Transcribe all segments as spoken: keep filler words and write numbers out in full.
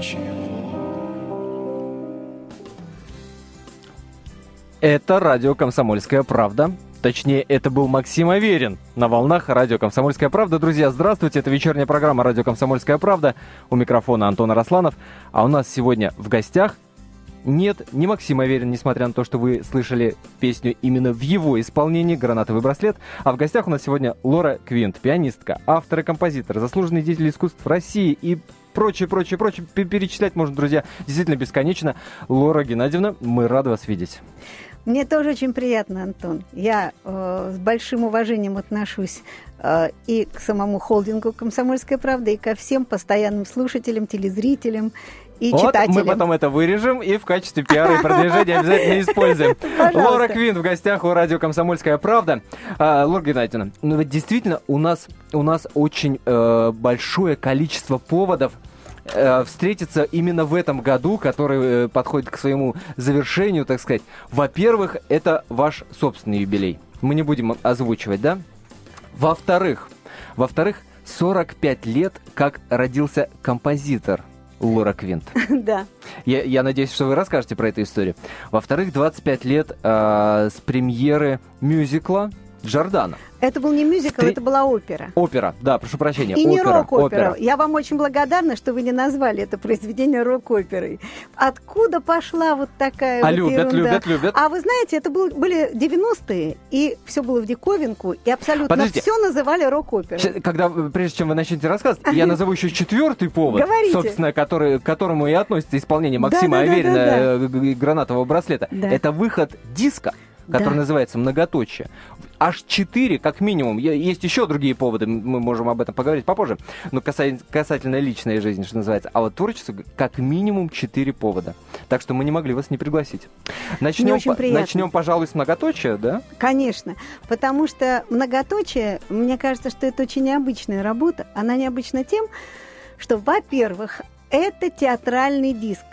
Это радио «Комсомольская правда». Точнее, это был Максим Аверин на волнах радио «Комсомольская правда». Друзья, здравствуйте. Это вечерняя программа радио «Комсомольская правда». У микрофона Антон Арасланов. А у нас сегодня в гостях нет, не Максим Аверин, несмотря на то, что вы слышали песню именно в его исполнении «Гранатовый браслет». А в гостях у нас сегодня Лора Квинт, пианистка, автор и композитор, заслуженный деятель искусств России и прочее, прочее, прочее. Перечислять можно, друзья, действительно бесконечно. Лора Геннадьевна, мы рады вас видеть. Мне тоже очень приятно, Антон. Я э, с большим уважением отношусь э, и к самому холдингу «Комсомольская правда», и ко всем постоянным слушателям, телезрителям и вот читателям. Мы потом это вырежем и в качестве пиара и продвижения обязательно используем. Лора Квинт в гостях у радио «Комсомольская правда». А, Лора Геннадьевна, ну вот действительно у нас, у нас очень э, большое количество поводов встретиться именно в этом году, который подходит к своему завершению, так сказать. Во-первых, это ваш собственный юбилей. Мы не будем озвучивать, да? Во-вторых, во-вторых, сорок пять лет, как родился композитор Лора Квинт. Да. Я, я надеюсь, что вы расскажете про эту историю. Во-вторых, двадцать пять лет э, с премьеры мюзикла «Джордано». Это был не мюзикл, Стри... это была опера. Опера, да, прошу прощения. И опера, не рок-опера. Опера. Я вам очень благодарна, что вы не назвали это произведение рок-оперой. Откуда пошла вот такая а вот любят, ерунда? любят, любят. А вы знаете, это был, были девяностые, и все было в диковинку, и абсолютно Подождите. все называли рок-оперой. Когда, прежде чем вы начнете рассказывать, я назову еще четвертый повод, Говорите. собственно, который, к которому и относится исполнение Максима да, да, Аверина да, да, да. «Гранатового браслета». Да. Это выход диска, который да. называется «Многоточие». Аж четыре, как минимум. Есть еще другие поводы, мы можем об этом поговорить попозже. Но касательно, касательно личной жизни, что называется. А вот творчество, как минимум, четыре повода. Так что мы не могли вас не пригласить. Начнем, по, начнем пожалуй, с «Многоточия», да? Конечно. Потому что «Многоточие», мне кажется, что это очень необычная работа. Она необычна тем, что, во-первых, это театральный диск.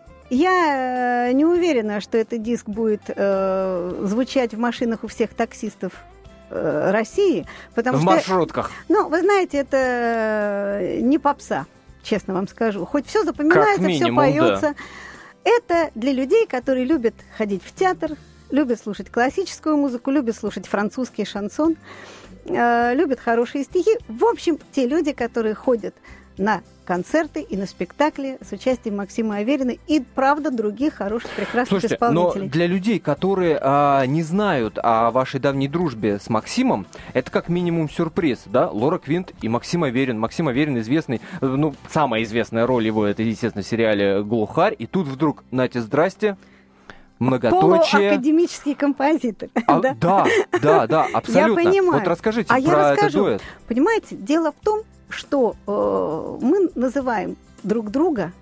Я не уверена, что этот диск будет э, звучать в машинах у всех таксистов э, России. Потому в что, маршрутках. Ну, вы знаете, это не попса, честно вам скажу. Хоть все запоминается, все поется. Да. Это для людей, которые любят ходить в театр, любят слушать классическую музыку, любят слушать французский шансон, э, любят хорошие стихи. В общем, те люди, которые ходят на концерты и на спектакли с участием Максима Аверина и, правда, других хороших, прекрасных Слушайте, исполнителей. Но для людей, которые а, не знают о вашей давней дружбе с Максимом, это как минимум сюрприз, да? Лора Квинт и Максим Аверин. Максим Аверин известный, ну, самая известная роль его, это, естественно, в сериале «Глухарь». И тут вдруг, нате, здрасте, многоточие. Полуакадемический композитор. А, да? да, да, да, абсолютно. Я понимаю. Вот расскажите а про я расскажу. этот дуэт. Понимаете, дело в том, что э, мы называем друг друга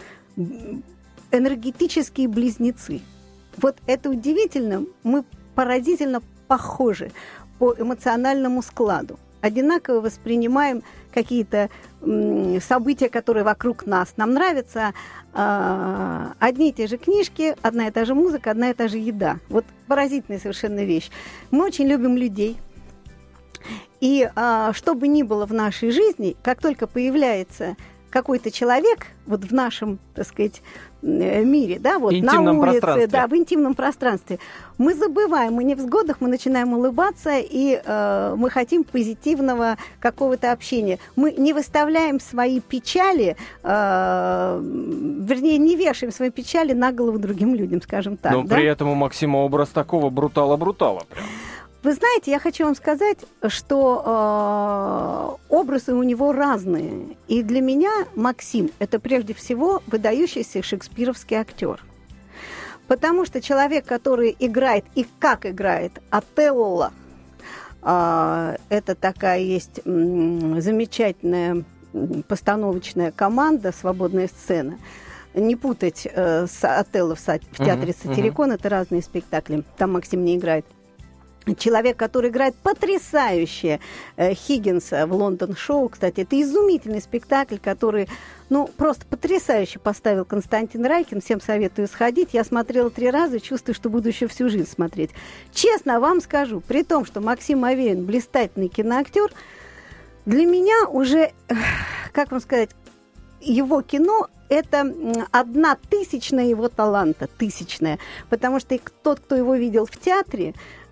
энергетические близнецы. Вот это удивительно, мы поразительно похожи по эмоциональному складу. Одинаково воспринимаем какие-то м, события, которые вокруг нас. Нам нравятся э, одни и те же книжки, одна и та же музыка, одна и та же еда. Вот поразительная совершенно вещь. Мы очень любим людей. И а, что бы ни было в нашей жизни, как только появляется какой-то человек вот в нашем, так сказать, мире, да, вот на улице, да, в интимном пространстве, мы забываем, мы не в сгодах, мы начинаем улыбаться, и э, мы хотим позитивного какого-то общения. Мы не выставляем свои печали, э, вернее, не вешаем свои печали на голову другим людям, скажем так. Но да? при этом у Максима образ такого брутала-брутала прям. Вы знаете, я хочу вам сказать, что э, образы у него разные. И для меня Максим – это прежде всего выдающийся шекспировский актер. Потому что человек, который играет и как играет Отелло, э, это такая есть м, замечательная постановочная команда «Свободная сцена». Не путать э, с Отелло в, в театре uh-huh, Сатирикон, uh-huh. это разные спектакли, там Максим не играет. Человек, который играет потрясающе э, Хиггинса в «Лондон-шоу». Кстати, это изумительный спектакль, который, ну, просто потрясающе поставил Константин Райкин. Всем советую сходить. Я смотрела три раза, чувствую, что буду еще всю жизнь смотреть. Честно вам скажу, при том, что Максим Аверин блистательный киноактер, для меня уже, как вам сказать, его кино – это одна тысячная его таланта, тысячная. Потому что тот, кто его видел в театре,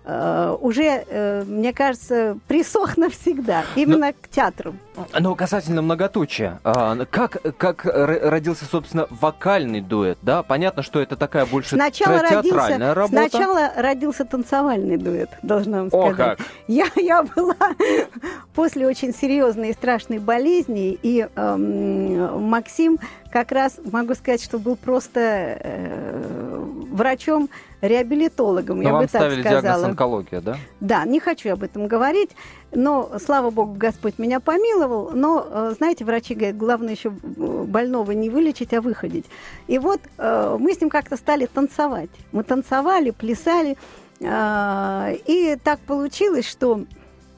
уже, мне кажется, присох навсегда, именно но, к театру. Но касательно многоточия, как, как родился, собственно, вокальный дуэт, да? Понятно, что это такая больше сначала театральная родился, работа. Сначала родился танцевальный дуэт, должна вам сказать. О, как! Я, я была после очень серьезной и страшной болезни, и эм, Максим как раз, могу сказать, что был просто э, врачом-реабилитологом, я но бы так сказала. вам ставили диагноз онкология, да? Да, не хочу об этом говорить, но, слава богу, Господь меня помиловал, но, знаете, врачи говорят, главное еще больного не вылечить, а выходить. И вот э, мы с ним как-то стали танцевать. Мы танцевали, плясали, э, и так получилось, что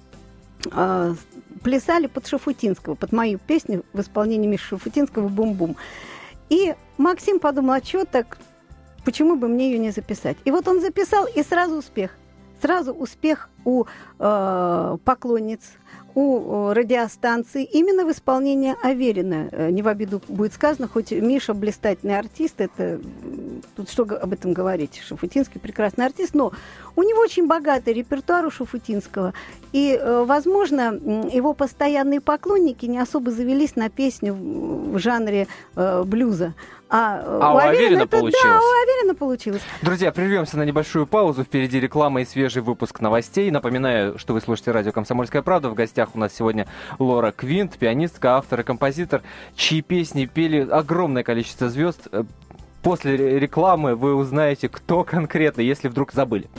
э, плясали под Шафутинского, под мою песню в исполнении Миши Шафутинского «Бум-бум». И Максим подумал, а что так, почему бы мне ее не записать? И вот он записал, и сразу успех. Сразу успех у э, поклонниц, у радиостанции именно в исполнении Аверина. Не в обиду будет сказано, хоть Миша блистательный артист, это тут что об этом говорить, Шафутинский прекрасный артист, но у него очень богатый репертуар у Шафутинского, и, возможно, его постоянные поклонники не особо завелись на песню в жанре э, блюза. А, а у Аверина это, получилось. Да, у Аверина получилось. Друзья, прервемся на небольшую паузу. Впереди реклама и свежий выпуск новостей. Напоминаю, что вы слушаете радио «Комсомольская правда». В гостях у нас сегодня Лора Квинт, пианистка, автор и композитор, чьи песни пели огромное количество звезд. После рекламы вы узнаете, кто конкретно, если вдруг забыли.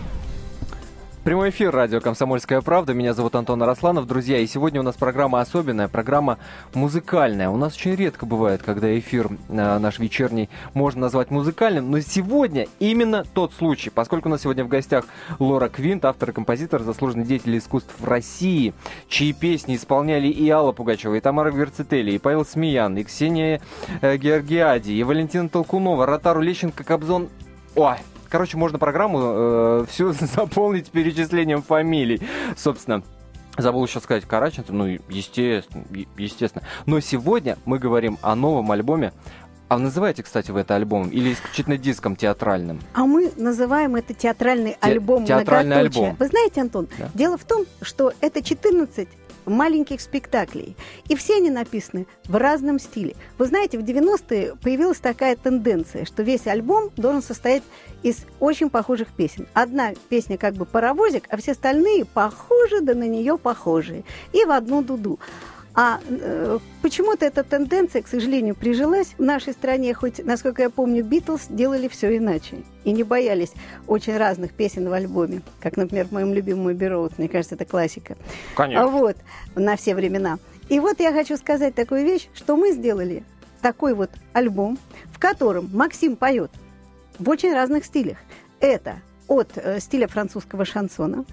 Прямой эфир радио «Комсомольская правда». Меня зовут Антон Арасланов, друзья. И сегодня у нас программа особенная, программа музыкальная. У нас очень редко бывает, когда эфир э, наш вечерний можно назвать музыкальным. Но сегодня именно тот случай, поскольку у нас сегодня в гостях Лора Квинт, автор и композитор, заслуженный деятель искусств в России, чьи песни исполняли и Алла Пугачева, и Тамара Гверцетели, и Павел Смеян, и Ксения э, Георгиади, и Валентина Толкунова, Ротару Лещенко, Кобзон. Ой! Короче, можно программу э, всю заполнить перечислением фамилий. Собственно, забыл еще сказать Караченцев, ну, естественно, естественно. Но сегодня мы говорим о новом альбоме. А вы называете, кстати, вы это альбомом или исключительно диском театральным? А мы называем это театральный Те- альбом. Театральный многоточие. альбом. Вы знаете, Антон, да? Дело в том, что это четырнадцать маленьких спектаклей. И все они написаны в разном стиле. Вы знаете, в девяностые появилась такая тенденция, что весь альбом должен состоять из очень похожих песен. Одна песня как бы паровозик, а все остальные похожи, да на нее похожие. И в одну дуду. А э, почему-то эта тенденция, к сожалению, прижилась. В нашей стране, хоть, насколько я помню, Битлз делали все иначе. И не боялись очень разных песен в альбоме. Как, например, в моем любимом Эбби Роуд. Мне кажется, это классика. Конечно. Вот, на все времена. И вот я хочу сказать такую вещь, что мы сделали такой вот альбом, в котором Максим поет в очень разных стилях. Это от э, стиля французского шансона,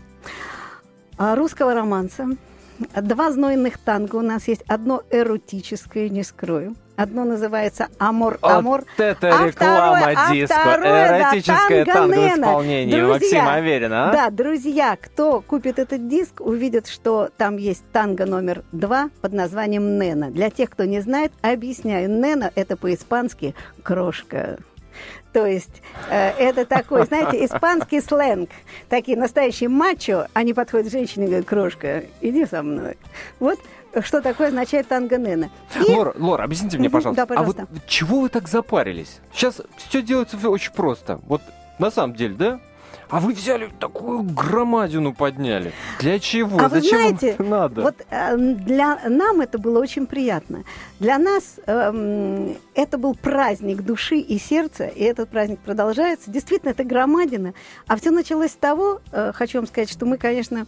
э, русского романса, два знойных танго у нас есть. Одно эротическое, не скрою. Одно называется «Амор, Амор». Вот это а реклама второе, диска. А второе, эротическое да, танго, танго в исполнении друзья, Максима Аверина. А? Да, друзья, кто купит этот диск, увидят, что там есть танго номер два под названием «Нена». Для тех, кто не знает, объясняю. «Нена» — это по-испански «крошка». То есть э, это такой, знаете, испанский сленг. Такие настоящие мачо, они подходят к женщине и говорят: «Крошка, иди со мной». Вот что такое означает танго Нена. И... Лора, Лора, объясните мне, пожалуйста, да, пожалуйста. А вот чего вы так запарились? Сейчас все делается очень просто. Вот на самом деле, да? А вы взяли такую громадину подняли. Для чего? А вы Зачем знаете, вам это надо? Вот э, для нам это было очень приятно. Для нас э, это был праздник души и сердца, и этот праздник продолжается. Действительно, это громадина. А все началось с того, э, хочу вам сказать, что мы, конечно,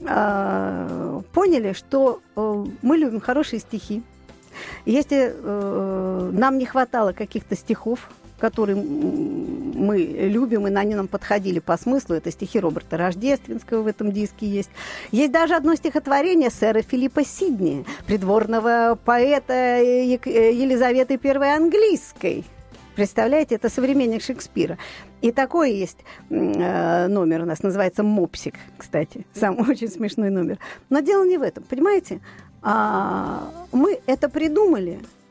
э, поняли, что э, мы любим хорошие стихи. Если э, нам не хватало каких-то стихов, которые мы любим, и они нам подходили по смыслу. Это стихи Роберта Рождественского в этом диске есть. Есть даже одно стихотворение сэра Филиппа Сидни, придворного поэта Елизаветы Первой английской. Представляете, это современник Шекспира. И такой есть э, номер у нас, называется «Мопсик», кстати. Сам очень смешной номер. Но дело не в этом, понимаете? А, мы это придумали,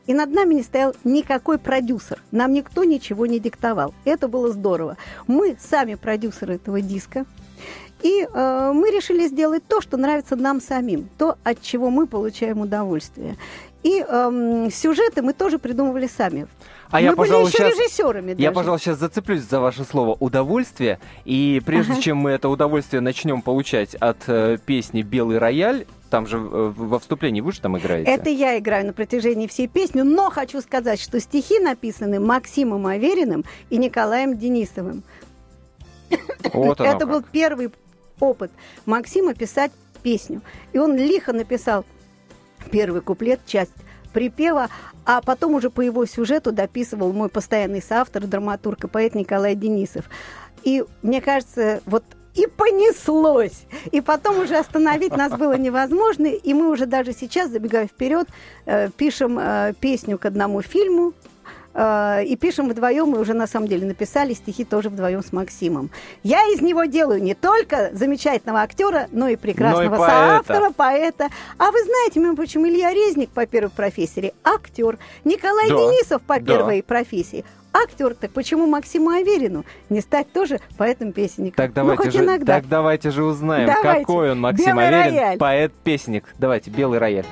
И над нами не стоял никакой продюсер. Нам никто ничего не диктовал. Это было здорово. Мы сами продюсеры этого диска. И э, мы решили сделать то, что нравится нам самим, то, от чего мы получаем удовольствие. И э, сюжеты мы тоже придумывали сами. А мы я, были пожалуй, еще сейчас, режиссерами даже. Я, пожалуй, сейчас зацеплюсь за ваше слово «удовольствие». И прежде Ага. чем мы это удовольствие начнем получать от э, песни «Белый рояль», там же э, во вступлении вы же там играете. Это я играю на протяжении всей песни, но хочу сказать, что стихи написаны Максимом Авериным и Николаем Денисовым. Вот оно Это как. был первый опыт Максима писать песню. И он лихо написал первый куплет, часть припева, а потом уже по его сюжету дописывал мой постоянный соавтор, драматург и поэт Николай Денисов. И мне кажется, вот и понеслось. И потом уже остановить нас было невозможно. И мы уже даже сейчас, забегая вперед, э, пишем э, песню к одному фильму. Э, и пишем вдвоем. Мы уже на самом деле написали стихи тоже вдвоем с Максимом. Я из него делаю не только замечательного актера, но и прекрасного но и соавтора, поэта. А вы знаете, между прочим, Илья Резник по первой профессии актер, Николай Да, Денисов по да. первой профессии актер. Так почему Максиму Аверину не стать тоже поэтом-песенником? Так давайте, ну, хоть же, иногда. так давайте же узнаем, Давайте. какой он, Максим «Белый Аверин, рояль». поэт-песенник. Давайте, «Белый рояль».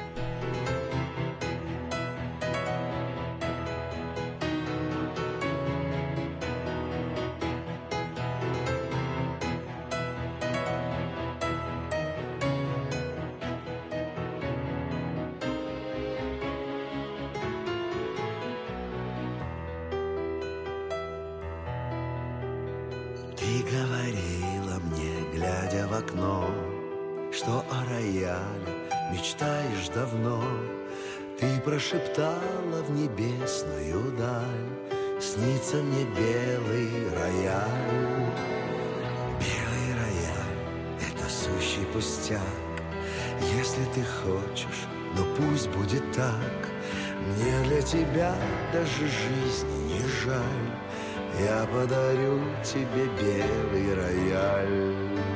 Ты говорила мне, глядя в окно, что о рояле мечтаешь давно. Ты прошептала в небесную даль: снится мне белый рояль. Белый рояль — это сущий пустяк. Если ты хочешь, но пусть будет так. Мне для тебя даже жизни не жаль. Я подарю тебе белый рояль.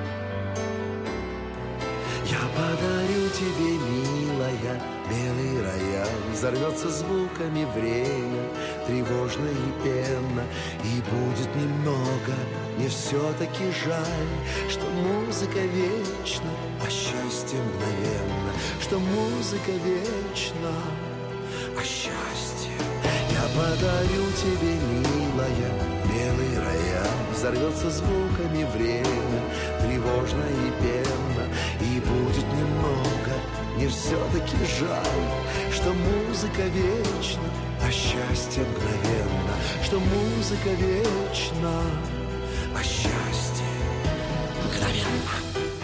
Я подарю тебе, милая, белый рояль. Взорвется звуками время, тревожно и пенно. И будет немного, мне все-таки жаль, что музыка вечна, а счастье мгновенно. Что музыка вечна, а счастье. Я подарю тебе, милая, белый рояль. Взорвется звуками время, тревожно и пенно. И будет немного, мне все-таки жаль, что музыка вечна, а счастье мгновенно. Что музыка вечна, а счастье мгновенно.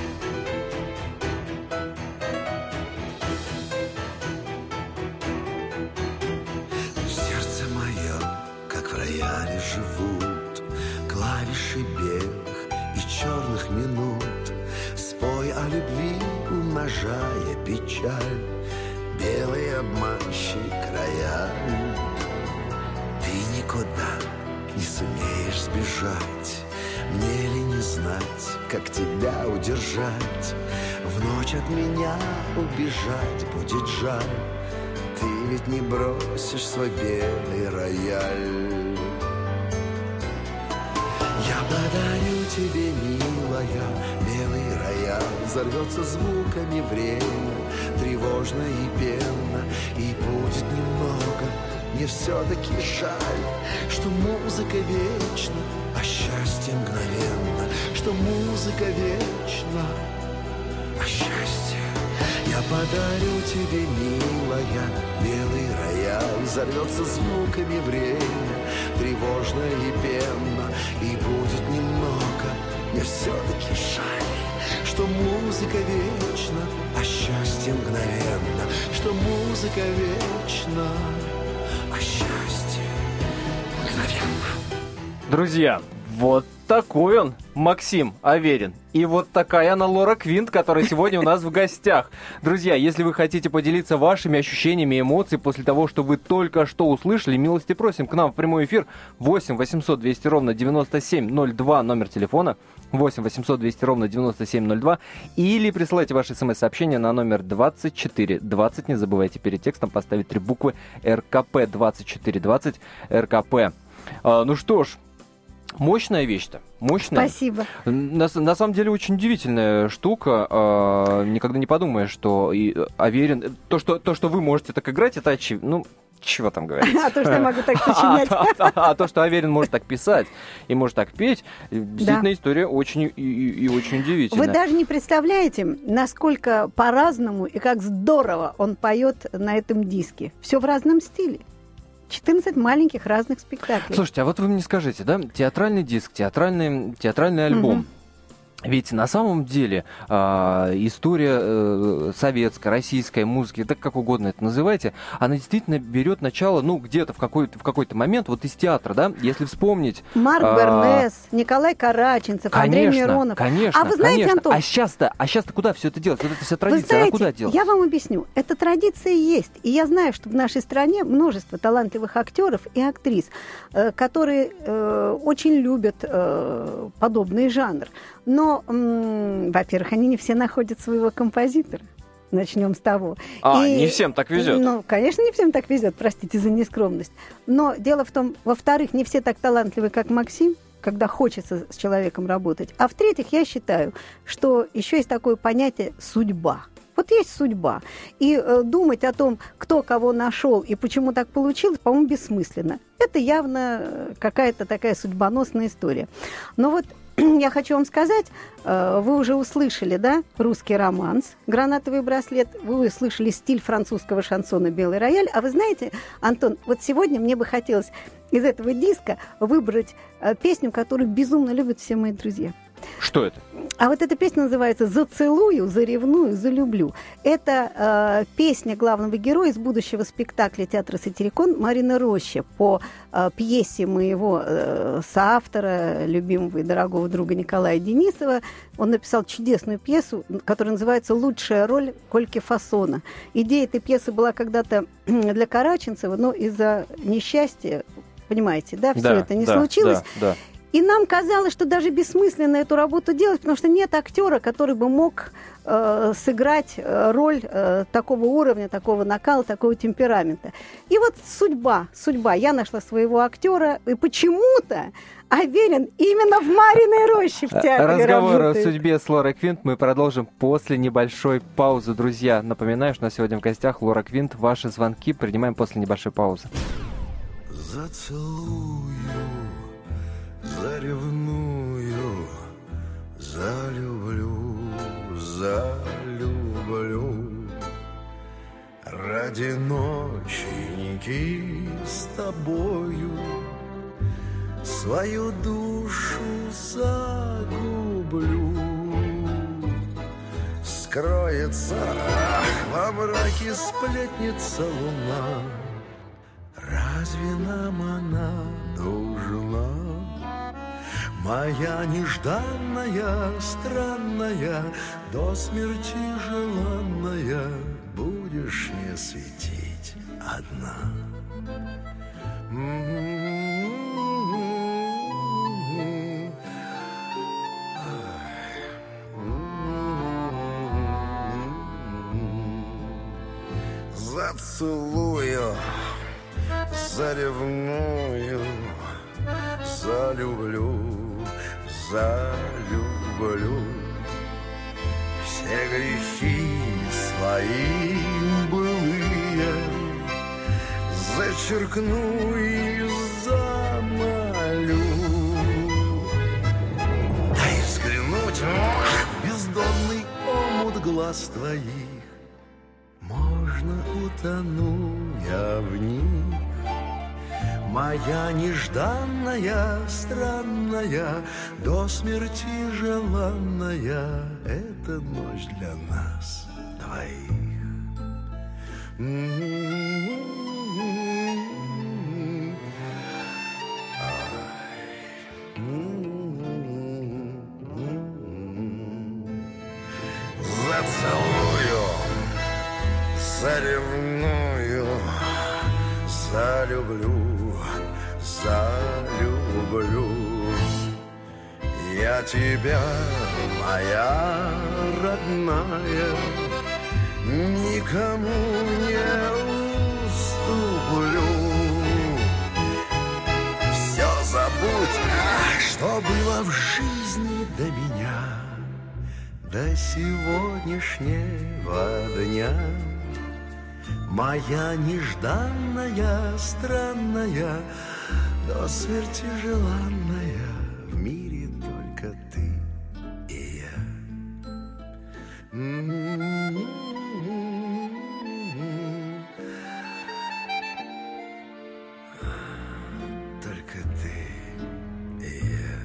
Живут клавиши белых и черных минут. Спой о любви, умножая печаль, белый обманщик рояль. Ты никуда не сумеешь сбежать, мне ли не знать, как тебя удержать. В ночь от меня убежать будет жаль. Ты ведь не бросишь свой белый рояль. Я подарю тебе, милая, белый рояль. Взорвется звуками время, тревожно и пенно. И будет немного, мне все-таки жаль, что музыка вечна, а счастье мгновенно. Что музыка вечна, а счастье. Я подарю тебе, милая, белый рояль. Взорвется звуками время, тревожно и пенно. И будет немного, мне все-таки жаль, что музыка вечна, а счастье мгновенно. Что музыка вечна, а счастье мгновенно. Друзья, вот такой он, Максим Аверин. И вот такая она Лора Квинт, которая сегодня у нас в гостях. Друзья, если вы хотите поделиться вашими ощущениями и эмоциями после того, что вы только что услышали, милости просим к нам в прямой эфир. восемь восемьсот двести ровно девяносто семь ноль два, номер телефона. восемь восемьсот двести ровно девяносто семь ноль два. Или присылайте ваши смс-сообщения на номер двадцать четыре двадцать. Не забывайте перед текстом поставить три буквы эр ка пэ. двадцать четыре двадцать эр ка пэ. А, ну что ж, мощная вещь-то, мощная. Спасибо. На, на самом деле очень удивительная штука. Э, никогда не подумаешь, что и Аверин... То что, то, что вы можете так играть, это очевидно. Ну, чего там говорить. А то, что я могу так сочинять. А то, что Аверин может так писать и может так петь, действительно история очень и очень удивительная. Вы даже не представляете, насколько по-разному и как здорово он поет на этом диске. Все в разном стиле. четырнадцать маленьких разных спектаклей. Слушайте, а вот вы мне скажите, да, театральный диск, театральный, театральный альбом. Угу. Ведь на самом деле э, история э, советская, российская музыки, так как угодно это называйте, она действительно берет начало, ну, где-то в какой-то, в какой-то момент, вот из театра, да, если вспомнить... Марк э, Бернес, Николай Караченцев, конечно, Андрей Миронов. Конечно, а вы знаете, конечно. Антон... А сейчас-то, а сейчас-то куда все это делать? Вот эта вся традиция, вы знаете, она куда делать? Я вам объясню. Эта традиция есть. И я знаю, что в нашей стране множество талантливых актеров и актрис, э, которые э, очень любят э, подобный жанр. Но, м- во-первых, они не все находят своего композитора. Начнем с того. А, и, не всем так везет. Ну, конечно, не всем так везет, простите за нескромность. Но дело в том, во-вторых, не все так талантливы, как Максим, когда хочется с человеком работать. А в-третьих, я считаю, что еще есть такое понятие «судьба». Вот есть судьба. И э, думать о том, кто кого нашел и почему так получилось, по-моему, бессмысленно. Это явно какая-то такая судьбоносная история. Но вот я хочу вам сказать, вы уже услышали, да, русский романс «Гранатовый браслет», вы услышали стиль французского шансона «Белый рояль». А вы знаете, Антон, вот сегодня мне бы хотелось из этого диска выбрать песню, которую безумно любят все мои друзья. Что это? А вот эта песня называется «Зацелую, заревную, залюблю». Это э, песня главного героя из будущего спектакля театра «Сатирикон» Марины Рощи по э, пьесе моего э, соавтора, любимого и дорогого друга Николая Денисова. Он написал чудесную пьесу, которая называется «Лучшая роль Кольки Фасона». Идея этой пьесы была когда-то для Караченцева, но из-за несчастья, понимаете, да, все да, это не да, случилось. Да, да. И нам казалось, что даже бессмысленно эту работу делать, потому что нет актера, который бы мог э, сыграть э, роль э, такого уровня, такого накала, такого темперамента. И вот судьба, судьба. Я нашла своего актера, и почему-то Аверин именно в Мариной Роще в театре Разговор работает. о судьбе с Лорой Квинт мы продолжим после небольшой паузы. Друзья, напоминаю, что у нас сегодня в гостях Лора Квинт. Ваши звонки принимаем после небольшой паузы. Зацелую, заревную, залюблю, залюблю. Ради ноченьки с тобою свою душу загублю. Скроется во мраке сплетница луна. Разве нам она нужна? Моя нежданная, странная, до смерти желанная, будешь мне светить одна. Зацелую, заревную, залюблю, залюблю. Все грехи свои былые зачеркну и замолю. Дай взглянуть в бездонный омут глаз твоих, можно утону я в них. Моя нежданная, странная, до смерти желанная, это ночь для нас двоих. Поцелую, заревную, залюблю, залюблю. Я тебя, моя родная, никому не уступлю. Все забудь, что было в жизни до меня, до сегодняшнего дня. Моя нежданная, странная, до смерти желанная, в мире только ты и я. Только ты и я.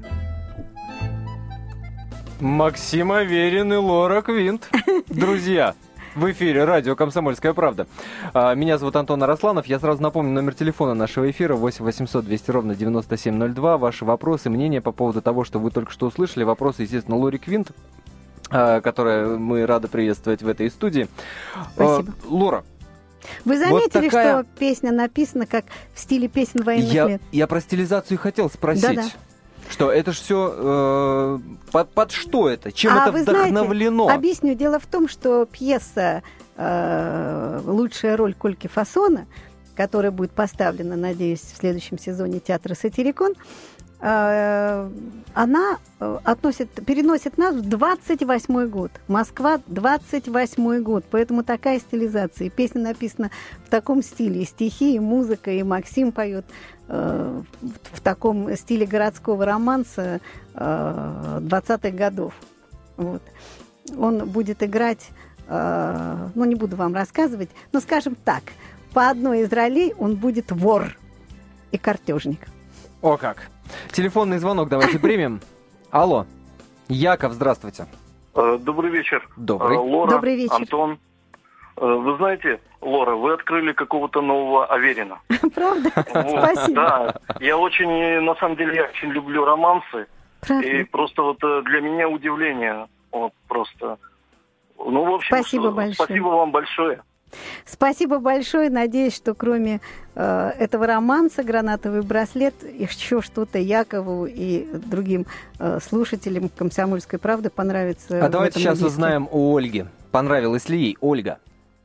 Максим Аверин и Лора Квинт. Друзья, в эфире радио «Комсомольская правда». Меня зовут Антон Арасланов. Я сразу напомню номер телефона нашего эфира восемь восемьсот двести ровно девяносто семь ноль два. Ваши вопросы, мнения по поводу того, что вы только что услышали. Вопросы, естественно, Лоре Квинт, которую мы рады приветствовать в этой студии. Спасибо. Лора, вы заметили, вот такая... что песня написана как в стиле песен военных я, лет? Я про стилизацию хотел спросить. Да-да. Что это ж все э, под, под что это? Чем а это вы вдохновлено? Знаете, объясню. Дело в том, что пьеса э, «Лучшая роль Кольки Фасона», которая будет поставлена, надеюсь, в следующем сезоне театра «Сатирикон», э, она относит, переносит нас в двадцать восьмой год. Москва, двадцать восьмой год. Поэтому такая стилизация. Песня написана в таком стиле. И стихи, и музыка, и Максим поет э, в, в таком стиле городского романса э, двадцатых годов. Вот. Он будет играть, э, ну, не буду вам рассказывать, но, скажем так, по одной из ролей он будет вор и картежник. О как! Телефонный звонок давайте примем. Алло. Яков, здравствуйте. Добрый вечер. Добрый. Лора, Добрый вечер. Антон. Вы знаете, Лора, вы открыли какого-то нового Аверина. Правда? Вот, Спасибо. да, я очень, на самом деле, я очень люблю романсы. Правда. И просто вот для меня удивление. Вот просто. Ну, в общем, Спасибо что, большое. Спасибо вам большое. Спасибо большое. Надеюсь, что кроме э, этого романса «Гранатовый браслет» еще что-то Якову и другим э, слушателям «Комсомольской правды» понравится. А давайте сейчас диске. узнаем у Ольги, понравилось ли ей. Ольга.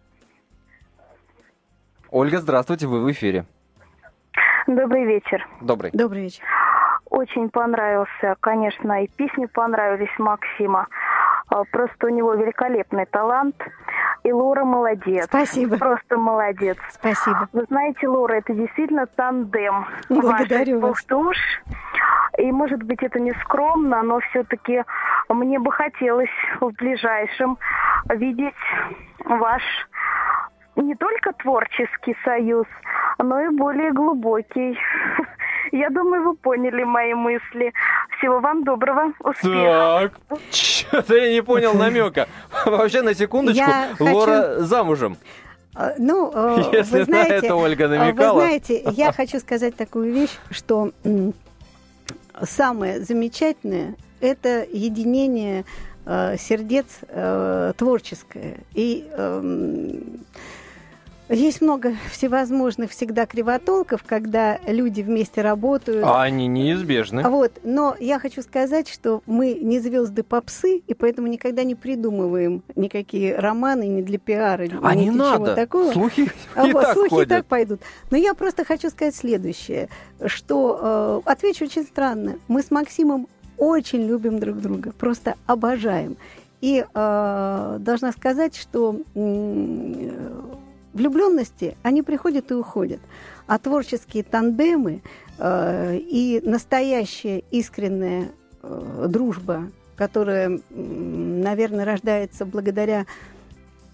Ольга, здравствуйте, вы в эфире. Добрый вечер. Добрый. Добрый вечер. Очень понравился, конечно, и песни понравились Максима. Просто у него великолепный талант. И Лора молодец. Спасибо. Просто молодец. Спасибо. Вы знаете, Лора, это действительно тандем. Благодарю вас. Душ. И, может быть, это не скромно, но все-таки мне бы хотелось в ближайшем видеть ваш не только творческий союз, но и более глубокий. Я думаю, вы поняли мои мысли. Всего вам доброго, успехов. Так, что-то я не понял намека. Вообще, на секундочку, Я Лора хочу- замужем. А, Ну, э, Если вы знаете, на это Ольга э, намекала. Вы знаете, я хочу сказать такую вещь, что м, самое замечательное – это единение э, сердец э, творческое. И эм, есть много всевозможных всегда кривотолков, когда люди вместе работают. А они неизбежны. Вот, но я хочу сказать, что мы не звезды попсы, и поэтому никогда не придумываем никакие романы ни для пиара, А ни не для чего надо. такого. Слухи А и вот, так слухи и ходят. так пойдут. Но я просто хочу сказать следующее, что э, отвечу очень странно. Мы с Максимом очень любим друг друга, просто обожаем. И э, должна сказать, что м, влюбленности, они приходят и уходят. А творческие тандемы э, и настоящая искренняя э, дружба, которая, м, наверное, рождается благодаря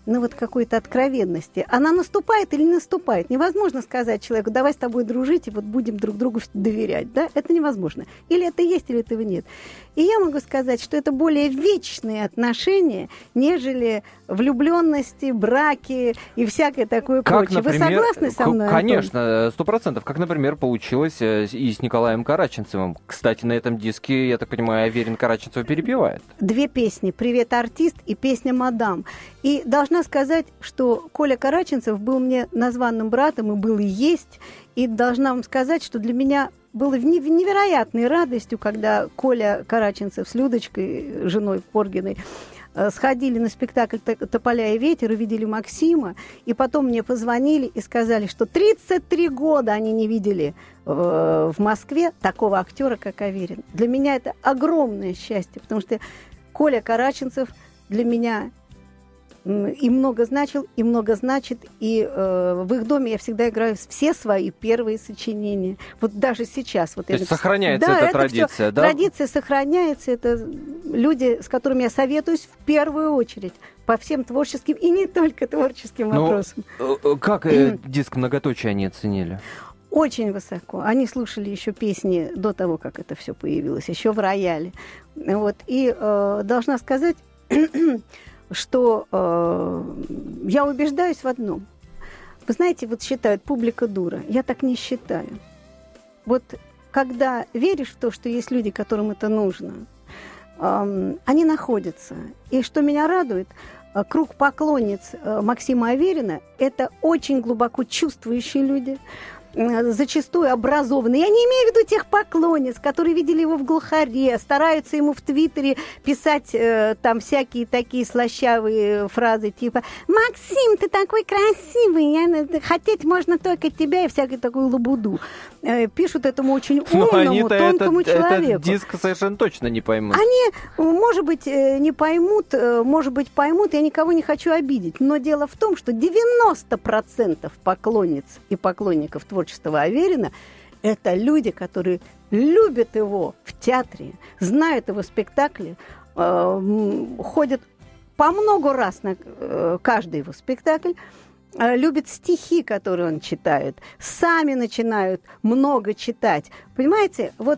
на вот какой-то откровенности. Она наступает или не наступает. Невозможно сказать человеку, давай с тобой дружить, и вот будем друг другу доверять. Да? Это невозможно. Или это есть, или этого нет. И я могу сказать, что это более вечные отношения, нежели влюбленности, браки и всякое такое как, прочее. Например, Вы согласны со мной, конечно, сто процентов. Как, например, получилось и с Николаем Караченцевым. Кстати, на этом диске, я так понимаю, Аверин Караченцева перепевает. Две песни «Привет, артист» и песня «Мадам». И должна сказать, что Коля Караченцев был мне названным братом и был и есть. И должна вам сказать, что для меня было невероятной радостью, когда Коля Караченцев с Людочкой, женой Поргиной, сходили на спектакль «Тополя и ветер», увидели Максима, и потом мне позвонили и сказали, что тридцать три года они не видели в Москве такого актера, как Аверин. Для меня это огромное счастье, потому что Коля Караченцев для меня и много значил, и много значит. И э, в их доме я всегда играю все свои первые сочинения. Вот даже сейчас. Вот То я есть написала. сохраняется да, эта это традиция, всё, да? Традиция сохраняется. Это люди, с которыми я советуюсь в первую очередь по всем творческим и не только творческим ну, вопросам. Как э, диск «Многоточие» они оценили? Очень высоко. Они слушали еще песни до того, как это все появилось, еще в рояле. Вот. И э, должна сказать, что э, я убеждаюсь в одном. Вы знаете, вот считают, публика дура. Я так не считаю. Вот когда веришь в то, что есть люди, которым это нужно, э, они находятся. И что меня радует, э, круг поклонниц э, Максима Аверина – это очень глубоко чувствующие люди, зачастую образованные. Я не имею в виду тех поклонниц, которые видели его в глухаре, стараются ему в Твиттере писать э, там всякие такие слащавые фразы, типа «Максим, ты такой красивый, я, хотеть можно только тебя» и всякую такую лабуду. Э, пишут этому очень умному, тонкому этот, человеку. Этот диск совершенно точно не поймут. Они, может быть, не поймут, может быть, поймут, я никого не хочу обидеть, но дело в том, что девяносто процентов поклонниц и поклонников творчества Аверина – это люди, которые любят его в театре, знают его спектакли, э, ходят по много раз на э, каждый его спектакль, э, любят стихи, которые он читает, сами начинают много читать. Понимаете, вот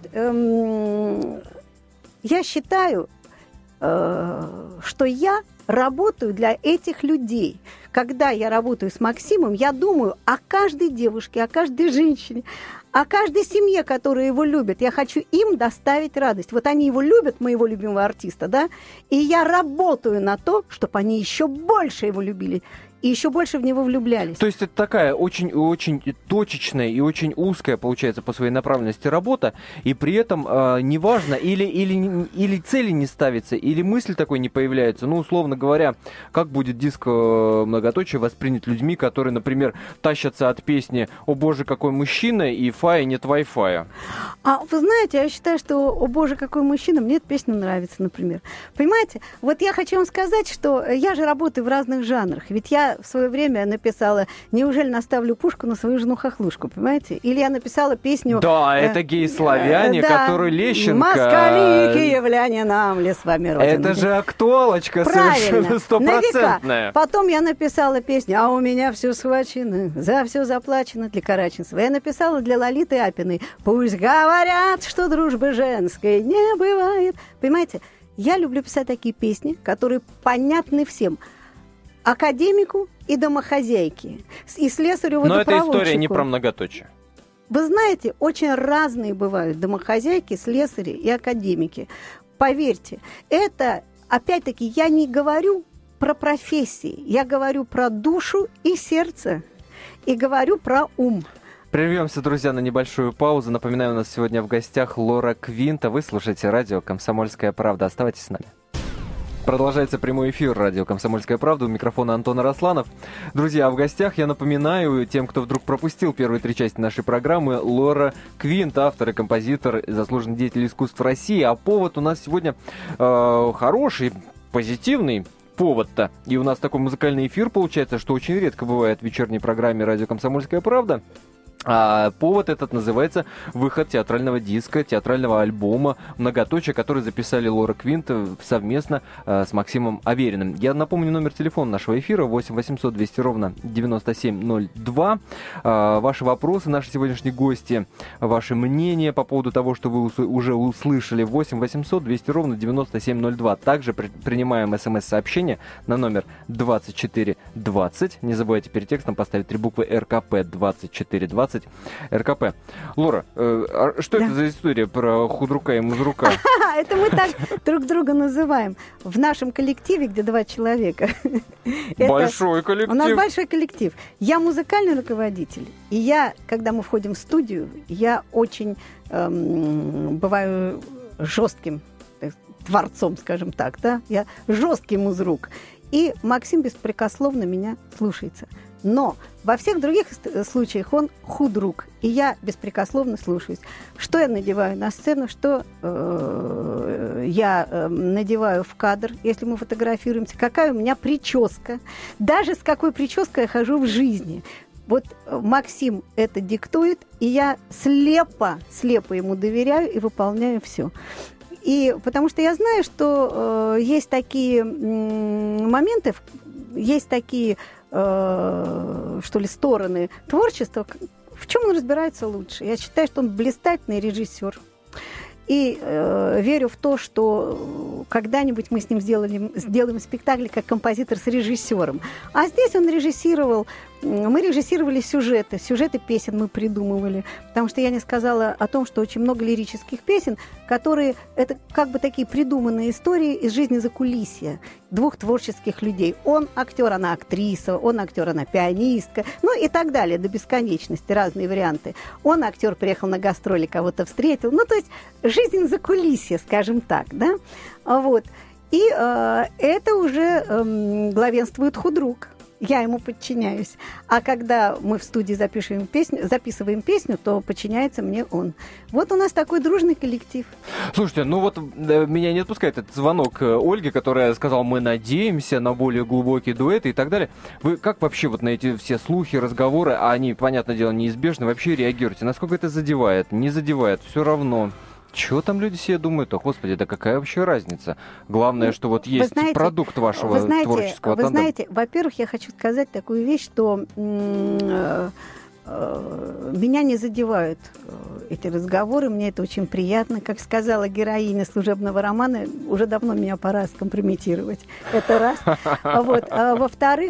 э, я считаю, э, что я работаю для этих людей. Когда я работаю с Максимом, я думаю о каждой девушке, о каждой женщине, о каждой семье, которая его любит. Я хочу им доставить радость. Вот они его любят, моего любимого артиста, да, и я работаю на то, чтобы они еще больше его любили и еще больше в него влюблялись. То есть это такая очень-очень точечная и очень узкая, получается, по своей направленности работа, и при этом э, неважно, или, или, или цели не ставятся, или мысль такой не появляется. Ну, условно говоря, как будет диск э, «Многоточие» воспринят людьми, которые, например, тащатся от песни «О боже, какой мужчина» и «Фая нет Wi-Fi». А вы знаете, я считаю, что «О боже, какой мужчина» мне эта песня нравится, например. Понимаете? Вот я хочу вам сказать, что я же работаю в разных жанрах, ведь я в свое время написала «Неужели наставлю пушку на свою жену-хохлушку», понимаете? Или я написала песню... Да, э, это гей-славяне, э, да, которую Лещенко... «Москали, киевляне, нам ли с вами родина». Это же актуалочка совершенно стопроцентная. Потом я написала песню «А у меня все схвачено, за все заплачено» для Караченцева. Я написала для Лолиты Апиной «Пусть говорят, что дружбы женской не бывает». Понимаете? Я люблю писать такие песни, которые понятны всем. Академику и домохозяйке, и слесарю водопроводчику. Но эта история не про многоточие. Вы знаете, очень разные бывают домохозяйки, слесари и академики. Поверьте, это, опять-таки, я не говорю про профессии, я говорю про душу и сердце, и говорю про ум. Прервемся, друзья, на небольшую паузу. Напоминаю, у нас сегодня в гостях Лора Квинта. Вы слушаете радио «Комсомольская правда». Оставайтесь с нами. Продолжается прямой эфир радио «Комсомольская правда». У микрофона Антон Арасланов. Друзья, а в гостях, я напоминаю, тем, кто вдруг пропустил первые три части нашей программы, Лора Квинт, автор и композитор, заслуженный деятель искусств России. А повод у нас сегодня э, хороший, позитивный повод-то. И у нас такой музыкальный эфир получается, что очень редко бывает в вечерней программе радио «Комсомольская правда». А повод этот называется «Выход театрального диска, театрального альбома «Многоточие», который записали Лора Квинт совместно э, с Максимом Авериным. Я напомню номер телефона нашего эфира восемь восемьсот двести ровно девяносто семь ноль два. Э, ваши вопросы, наши сегодняшние гости, ваше мнение по поводу того, что вы ус- уже услышали. восемь восемьсот двести ровно девяносто семь ноль два. Также при- принимаем смс-сообщение на номер двадцать четыре двадцать. Не забывайте перед текстом поставить три буквы эр ка пэ двадцать четыре двадцать. эр ка пэ. Лора, э, а что да. это за история про худрука и мазрука? Это мы так друг друга называем. В нашем коллективе, где два человека. Большой коллектив. У нас большой коллектив. Я музыкальный руководитель. И я, когда мы входим в студию, я очень эм, бываю жестким творцом, скажем так. Да? Я жесткий музрук. И Максим беспрекословно меня слушается. Но во всех других случаях он худрук, и я беспрекословно слушаюсь. Что я надеваю на сцену, что э, я э, надеваю в кадр, если мы фотографируемся, какая у меня прическа, даже с какой прической я хожу в жизни. Вот Максим это диктует, и я слепо, слепо ему доверяю и выполняю все. И потому что я знаю, что э, есть такие м- моменты, есть такие э, что ли, стороны творчества, в чем он разбирается лучше. Я считаю, что он блистательный режиссер. И э, верю в то, что когда-нибудь мы с ним сделали, сделаем спектакль как композитор с режиссером. А здесь он режиссировал, мы режиссировали сюжеты, сюжеты песен мы придумывали. Потому что я не сказала о том, что очень много лирических песен, которые, это как бы такие придуманные истории из жизни закулисья двух творческих людей. Он актер, она актриса, он актер, она пианистка, ну и так далее, до бесконечности, разные варианты. Он актер, приехал на гастроли, кого-то встретил. Ну, то есть жизнь закулисья, скажем так, да, вот. И э, это уже э, главенствует худрук. Я ему подчиняюсь. А когда мы в студии записываем песню, записываем песню, то подчиняется мне он. Вот у нас такой дружный коллектив. Слушайте, ну вот э, меня не отпускает этот звонок э, Ольги, которая сказала, мы надеемся на более глубокие дуэты и так далее. Вы как вообще вот на эти все слухи, разговоры, а они, понятное дело, неизбежны, вообще реагируете? Насколько это задевает? Не задевает? Все равно. Чего там люди себе думают? О, Господи, да какая вообще разница? Главное, что вот есть знаете, продукт вашего вы знаете, творческого вы тандема. знаете, во-первых, я хочу сказать такую вещь, что м- э- меня не задевают эти разговоры, мне это очень приятно. Как сказала героиня служебного романа, уже давно меня пора скомпрометировать. Это раз. Вот. А во-вторых,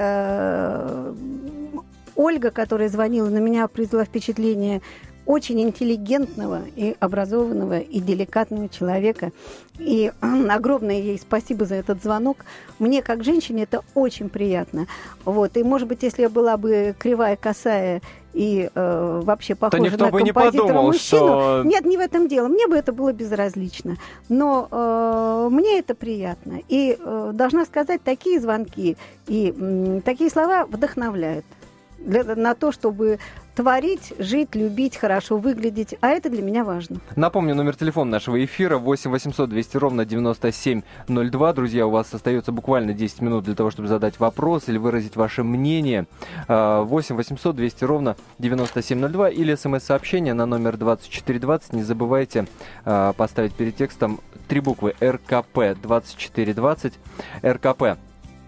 э- Ольга, которая звонила, на меня произвела впечатление очень интеллигентного и образованного и деликатного человека. И огромное ей спасибо за этот звонок. Мне, как женщине, это очень приятно. Вот. И, может быть, если я была бы кривая, косая и э, вообще похожа на композитора-мужчину... Что... Нет, не в этом дело. Мне бы это было безразлично. Но э, мне это приятно. И э, должна сказать, такие звонки и э, такие слова вдохновляют. Для, на то, чтобы творить, жить, любить, хорошо выглядеть. А это для меня важно. Напомню, номер телефона нашего эфира восемь восемьсот двести ровно девяносто семь ноль два. Друзья, у вас остается буквально десять минут для того, чтобы задать вопрос или выразить ваше мнение. восемь восемьсот двести ровно девяносто семь ноль два или смс-сообщение на номер двадцать четыре двадцать. Не забывайте поставить перед текстом три буквы эр ка пэ двадцать четыре двадцать. эр ка пэ.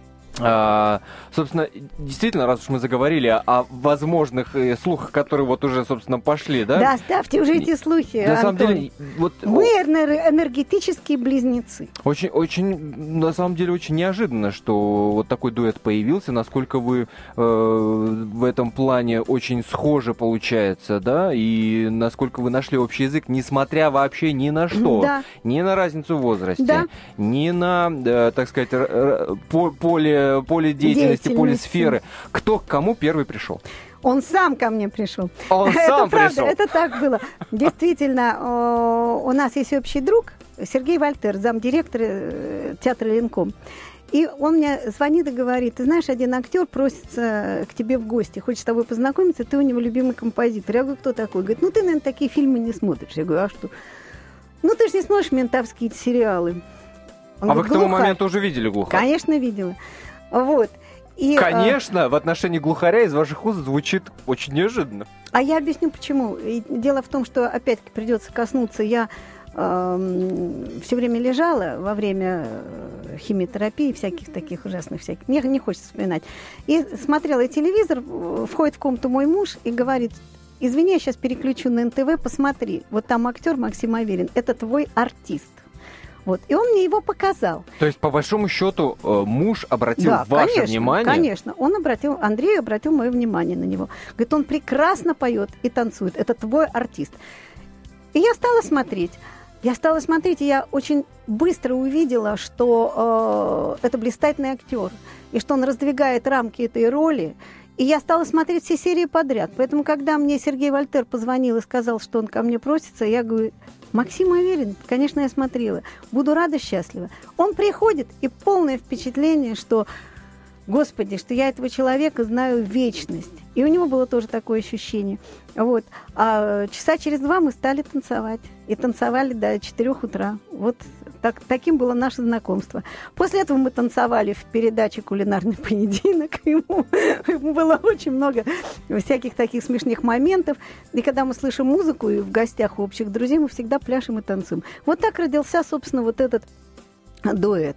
А, собственно, действительно, раз уж мы заговорили о возможных э, слухах, которые вот уже, собственно, пошли, да? Да, ставьте уже эти слухи, на Антон. самом деле, вот, мы энергетические близнецы. Очень, очень, на самом деле, очень неожиданно, что вот такой дуэт появился, насколько вы э, в этом плане очень схожи, получается, да, и насколько вы нашли общий язык, несмотря вообще ни на что, да. ни на разницу в возрасте, да. ни на, э, так сказать, по, поле поле деятельности, поле сферы. Кто к кому первый пришел? Он сам ко мне пришел. Он это сам правда, пришел. Это так было. Действительно, у нас есть общий друг Сергей Вольтер, замдиректора театра Ленком. И он мне звонит и говорит: ты знаешь, один актер просится к тебе в гости, хочет с тобой познакомиться, ты у него любимый композитор. Я говорю, кто такой? Говорит, ну ты, наверное, такие фильмы не смотришь. Я говорю, а что? Ну ты же не смотришь ментовские сериалы. Он а говорит, вы к тому глухарь. моменту уже видели глухарь? Конечно, видела. Вот. И, Конечно, а... в отношении глухаря из ваших уст звучит очень неожиданно. А я объясню, почему. И дело в том, что, опять-таки, придется коснуться. Я э, все время лежала во время химиотерапии, всяких таких ужасных всяких. Мне не хочется вспоминать. И смотрела телевизор, входит в комнату мой муж и говорит: извини, я сейчас переключу на эн тэ вэ, посмотри. Вот там актер Максим Аверин. Это твой артист. Вот. И он мне его показал. То есть, по большому счету, муж обратил да, ваше конечно, внимание? Конечно, он обратил, Андрей обратил мое внимание на него. Говорит, он прекрасно поет и танцует. Это твой артист. И я стала смотреть. Я стала смотреть, и я очень быстро увидела, что э, это блистательный актер, и что он раздвигает рамки этой роли. И я стала смотреть все серии подряд. Поэтому, когда мне Сергей Вольтер позвонил и сказал, что он ко мне просится, я говорю: Максим Аверин, конечно, я смотрела. Буду рада, счастлива. Он приходит, и полное впечатление, что, Господи, что я этого человека знаю вечность. И у него было тоже такое ощущение. Вот. А часа через два мы стали танцевать. И танцевали до четырех утра. Вот так, таким было наше знакомство. После этого мы танцевали в передаче «Кулинарный поединок». Ему, ему было очень много всяких таких смешных моментов. И когда мы слышим музыку и в гостях у общих друзей, мы всегда пляшем и танцуем. Вот так родился, собственно, вот этот дуэт.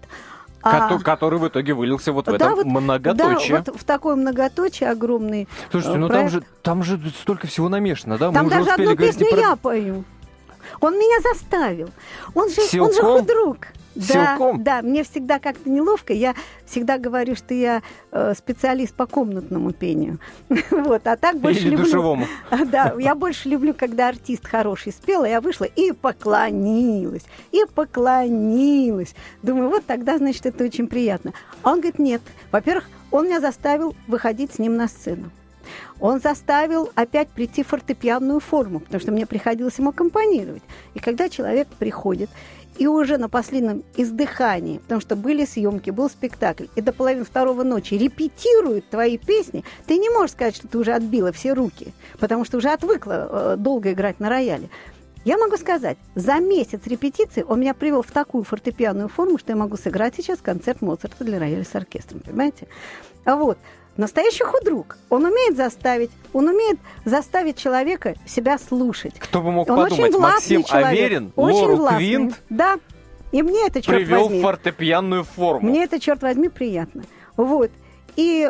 А, который в итоге вылился вот в да, это вот, многоточие. Да, вот в такое многоточие огромный. Слушайте, ну там же, там же столько всего намешано, да? Там Мы даже уже успели одну говорить песню про... я пою. Он меня заставил. Он же, Силком? он же худрук. Да, Силком? да, мне всегда как-то неловко. Я всегда говорю, что я э, специалист по комнатному пению. Вот, а так больше Или люблю... душевому. Да, я больше люблю, когда артист хороший спел, а я вышла и поклонилась, и поклонилась. Думаю, вот тогда, значит, это очень приятно. А он говорит, нет. Во-первых, он меня заставил выходить с ним на сцену. Он заставил опять прийти в фортепианную форму, потому что мне приходилось ему аккомпанировать. И когда человек приходит, и уже на последнем издыхании, потому что были съемки, был спектакль, и до половины второго ночи репетируют твои песни, ты не можешь сказать, что ты уже отбила все руки, потому что уже отвыкла э, долго играть на рояле. Я могу сказать, за месяц репетиции он меня привел в такую фортепианную форму, что я могу сыграть сейчас концерт Моцарта для рояля с оркестром, понимаете? А вот. Настоящий худрук. Он умеет заставить, он умеет заставить человека себя слушать. Кто бы мог он подумать, Максим человек, Аверин, очень Лору властный. Квинт Да, и мне это, черт привел возьми, в фортепианную форму. Мне это, черт возьми, приятно. Вот. И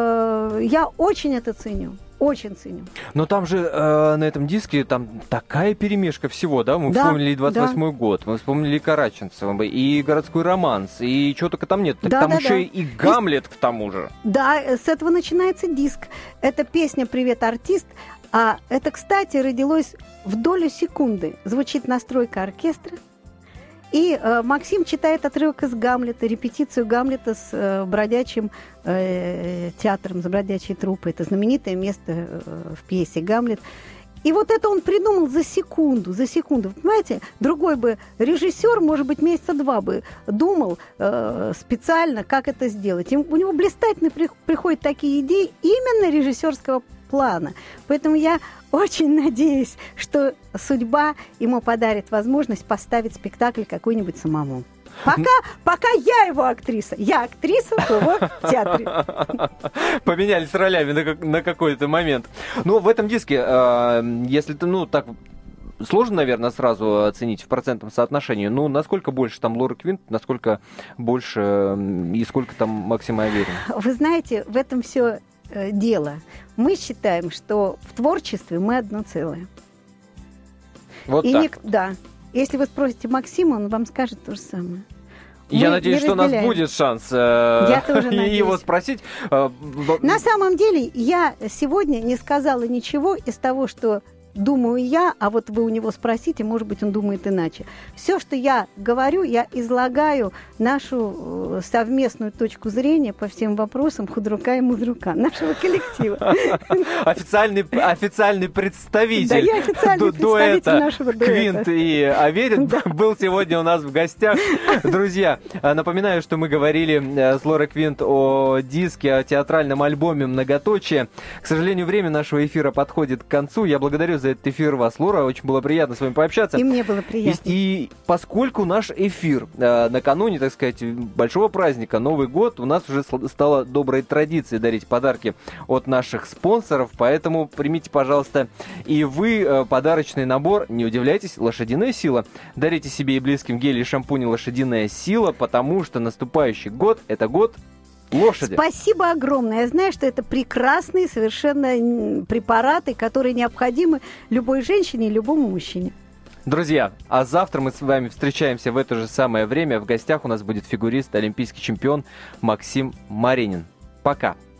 э, я очень это ценю. Очень ценю. Но там же э, на этом диске там такая перемешка всего, да? Мы да, вспомнили двадцать восьмой да. год, мы вспомнили Караченцева, и городской романс, и чего только там нет. Так да, там да, еще да. и Гамлет к тому же. Да, с этого начинается диск. Это песня «Привет, артист». А это, кстати, родилось в долю секунды. Звучит настройка оркестра. И э, Максим читает отрывок из «Гамлета», репетицию «Гамлета» с э, бродячим э, театром, с бродячей труппой. Это знаменитое место э, в пьесе «Гамлет». И вот это он придумал за секунду, за секунду. Понимаете, другой бы режиссер, может быть, месяца два бы думал э, специально, как это сделать. И у него блистательно при, приходят такие идеи именно режиссерского плана. Поэтому я очень надеюсь, что судьба ему подарит возможность поставить спектакль какой-нибудь самому. Пока, пока я его актриса. Я актриса в его театре. Поменялись ролями на, на какой-то момент. Ну, в этом диске, э, если ты, ну, так... Сложно, наверное, сразу оценить в процентном соотношении. Ну, насколько больше там Лоры Квинт, насколько больше и сколько там Максима Аверина? Вы знаете, в этом все э, дело. Мы считаем, что в творчестве мы одно целое. Вот и так. Ник... Да. Если вы спросите Максима, он вам скажет то же самое. Я Мы надеюсь, что у нас будет шанс э, я тоже его спросить. На самом деле, я сегодня не сказала ничего из того, что думаю я, а вот вы у него спросите, может быть, он думает иначе. Все, что я говорю, я излагаю нашу совместную точку зрения по всем вопросам худрука и мудрука, нашего коллектива. Официальный, официальный представитель, да, я официальный представитель нашего дуэта. Квинт и Аверин да. был сегодня у нас в гостях. Друзья, напоминаю, что мы говорили с Лорой Квинт о диске, о театральном альбоме «Многоточие». К сожалению, время нашего эфира подходит к концу. Я благодарю за этот эфир вас, Лора. Очень было приятно с вами пообщаться. И мне было приятно. И, и поскольку наш эфир э, накануне, так сказать, большого праздника, Новый год, у нас уже стало доброй традицией дарить подарки от наших спонсоров, поэтому примите, пожалуйста, и вы э, подарочный набор. Не удивляйтесь, «Лошадиная сила». Дарите себе и близким гели и шампуни «Лошадиная сила», потому что наступающий год – это год лошади. Спасибо огромное. Я знаю, что это прекрасные совершенно препараты, которые необходимы любой женщине и любому мужчине. Друзья, а завтра мы с вами встречаемся в это же самое время. В гостях у нас будет фигурист, олимпийский чемпион Максим Маринин. Пока.